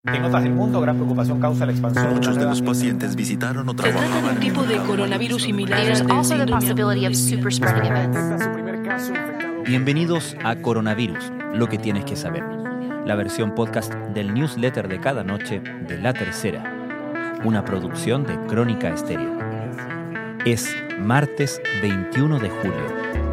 En otras del mundo, gran preocupación causa la expansión. Muchos de los pacientes visitaron o Se trata de trabajaban un tipo de coronavirus similar al There's del also the síndrome possibility of agudo super de spreading events. Detecta su primer caso infectado. Bienvenidos a Coronavirus, lo que tienes que saber. La versión podcast del newsletter de cada noche de La Tercera, una producción de Crónica Estéreo. Es martes 21 de julio.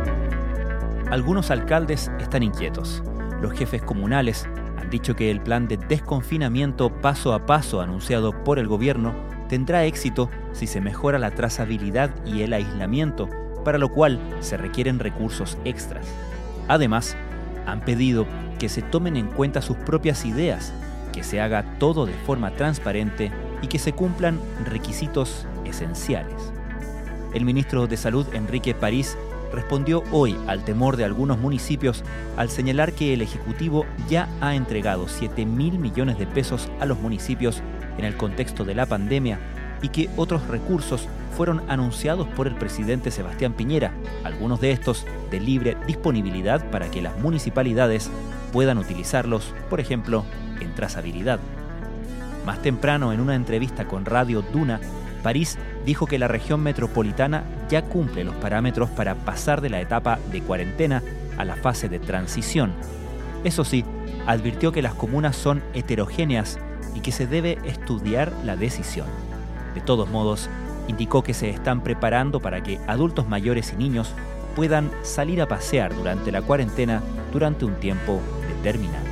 Algunos alcaldes están inquietos. Los jefes comunales han dicho que el plan de desconfinamiento paso a paso anunciado por el gobierno tendrá éxito si se mejora la trazabilidad y el aislamiento, para lo cual se requieren recursos extras. Además, han pedido que se tomen en cuenta sus propias ideas, que se haga todo de forma transparente y que se cumplan requisitos esenciales. El ministro de Salud, Enrique París, respondió hoy al temor de algunos municipios al señalar que el Ejecutivo ya ha entregado 7.000 millones de pesos a los municipios en el contexto de la pandemia y que otros recursos fueron anunciados por el presidente Sebastián Piñera, algunos de estos de libre disponibilidad para que las municipalidades puedan utilizarlos, por ejemplo, en trazabilidad. Más temprano, en una entrevista con Radio Duna, París dijo que la región metropolitana ya cumple los parámetros para pasar de la etapa de cuarentena a la fase de transición. Eso sí, advirtió que las comunas son heterogéneas y que se debe estudiar la decisión. De todos modos, indicó que se están preparando para que adultos mayores y niños puedan salir a pasear durante la cuarentena durante un tiempo determinado.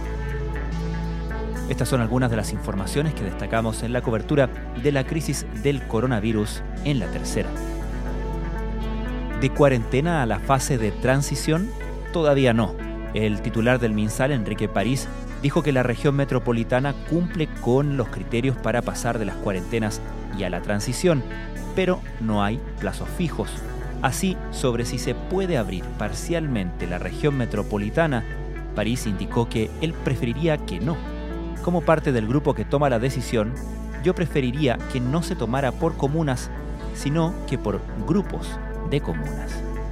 Estas son algunas de las informaciones que destacamos en la cobertura de la crisis del coronavirus en La Tercera. ¿De cuarentena a la fase de transición? Todavía no. El titular del MinSal, Enrique París, dijo que la región metropolitana cumple con los criterios para pasar de las cuarentenas y a la transición, pero no hay plazos fijos. Así, sobre si se puede abrir parcialmente la región metropolitana, París indicó que él preferiría que no. Como parte del grupo que toma la decisión, yo preferiría que no se tomara por comunas, sino que por grupos de comunas.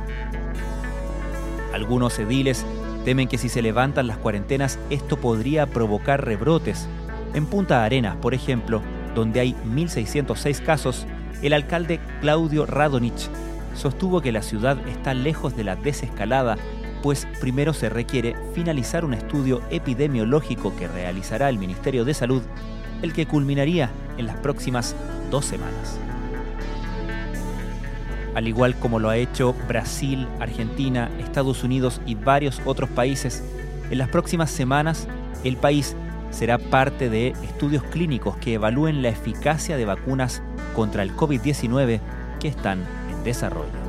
Algunos ediles temen que si se levantan las cuarentenas, esto podría provocar rebrotes. En Punta Arenas, por ejemplo, donde hay 1.606 casos, el alcalde Claudio Radonich sostuvo que la ciudad está lejos de la desescalada, pues primero se requiere finalizar un estudio epidemiológico que realizará el Ministerio de Salud, el que culminaría en las próximas 2 semanas. Al igual como lo ha hecho Brasil, Argentina, Estados Unidos y varios otros países, en las próximas semanas el país será parte de estudios clínicos que evalúen la eficacia de vacunas contra el COVID-19 que están en desarrollo.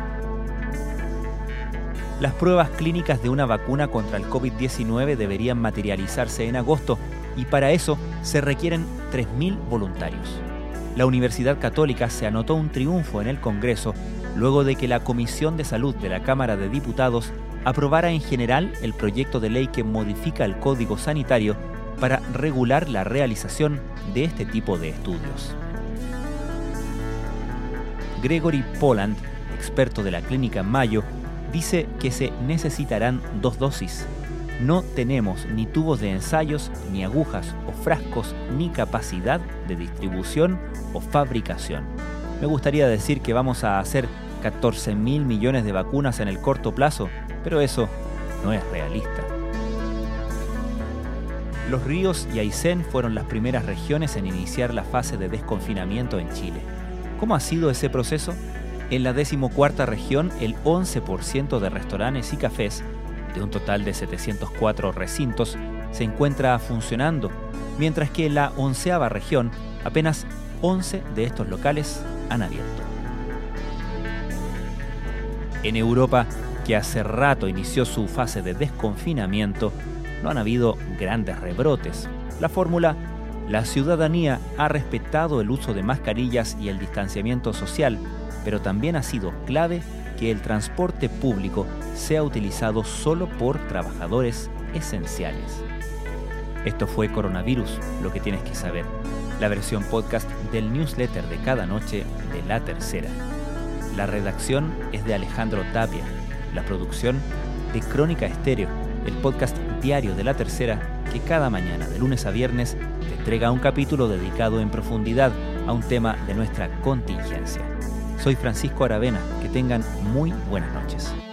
Las pruebas clínicas de una vacuna contra el COVID-19 deberían materializarse en agosto y para eso se requieren 3.000 voluntarios. La Universidad Católica se anotó un triunfo en el Congreso luego de que la Comisión de Salud de la Cámara de Diputados aprobara en general el proyecto de ley que modifica el Código Sanitario para regular la realización de este tipo de estudios. Gregory Poland, experto de la Clínica Mayo, dice que se necesitarán 2 dosis. No tenemos ni tubos de ensayos, ni agujas o frascos, ni capacidad de distribución o fabricación. Me gustaría decir que vamos a hacer 14.000 millones de vacunas en el corto plazo, pero eso no es realista. Los Ríos y Aysén fueron las primeras regiones en iniciar la fase de desconfinamiento en Chile. ¿Cómo ha sido ese proceso? En la 14ª región, el 11% de restaurantes y cafés, de un total de 704 recintos, se encuentra funcionando, mientras que en la 11ª región, apenas 11 de estos locales han abierto. En Europa, que hace rato inició su fase de desconfinamiento, no han habido grandes rebrotes. La fórmula: la ciudadanía ha respetado el uso de mascarillas y el distanciamiento social, pero también ha sido clave que el transporte público sea utilizado solo por trabajadores esenciales. Esto fue Coronavirus, lo que tienes que saber, la versión podcast del newsletter de cada noche de La Tercera. La redacción es de Alejandro Tapia, la producción de Crónica Estéreo, el podcast diario de La Tercera que que cada mañana, de lunes a viernes, te entrega un capítulo dedicado en profundidad a un tema de nuestra contingencia. Soy Francisco Aravena, que tengan muy buenas noches.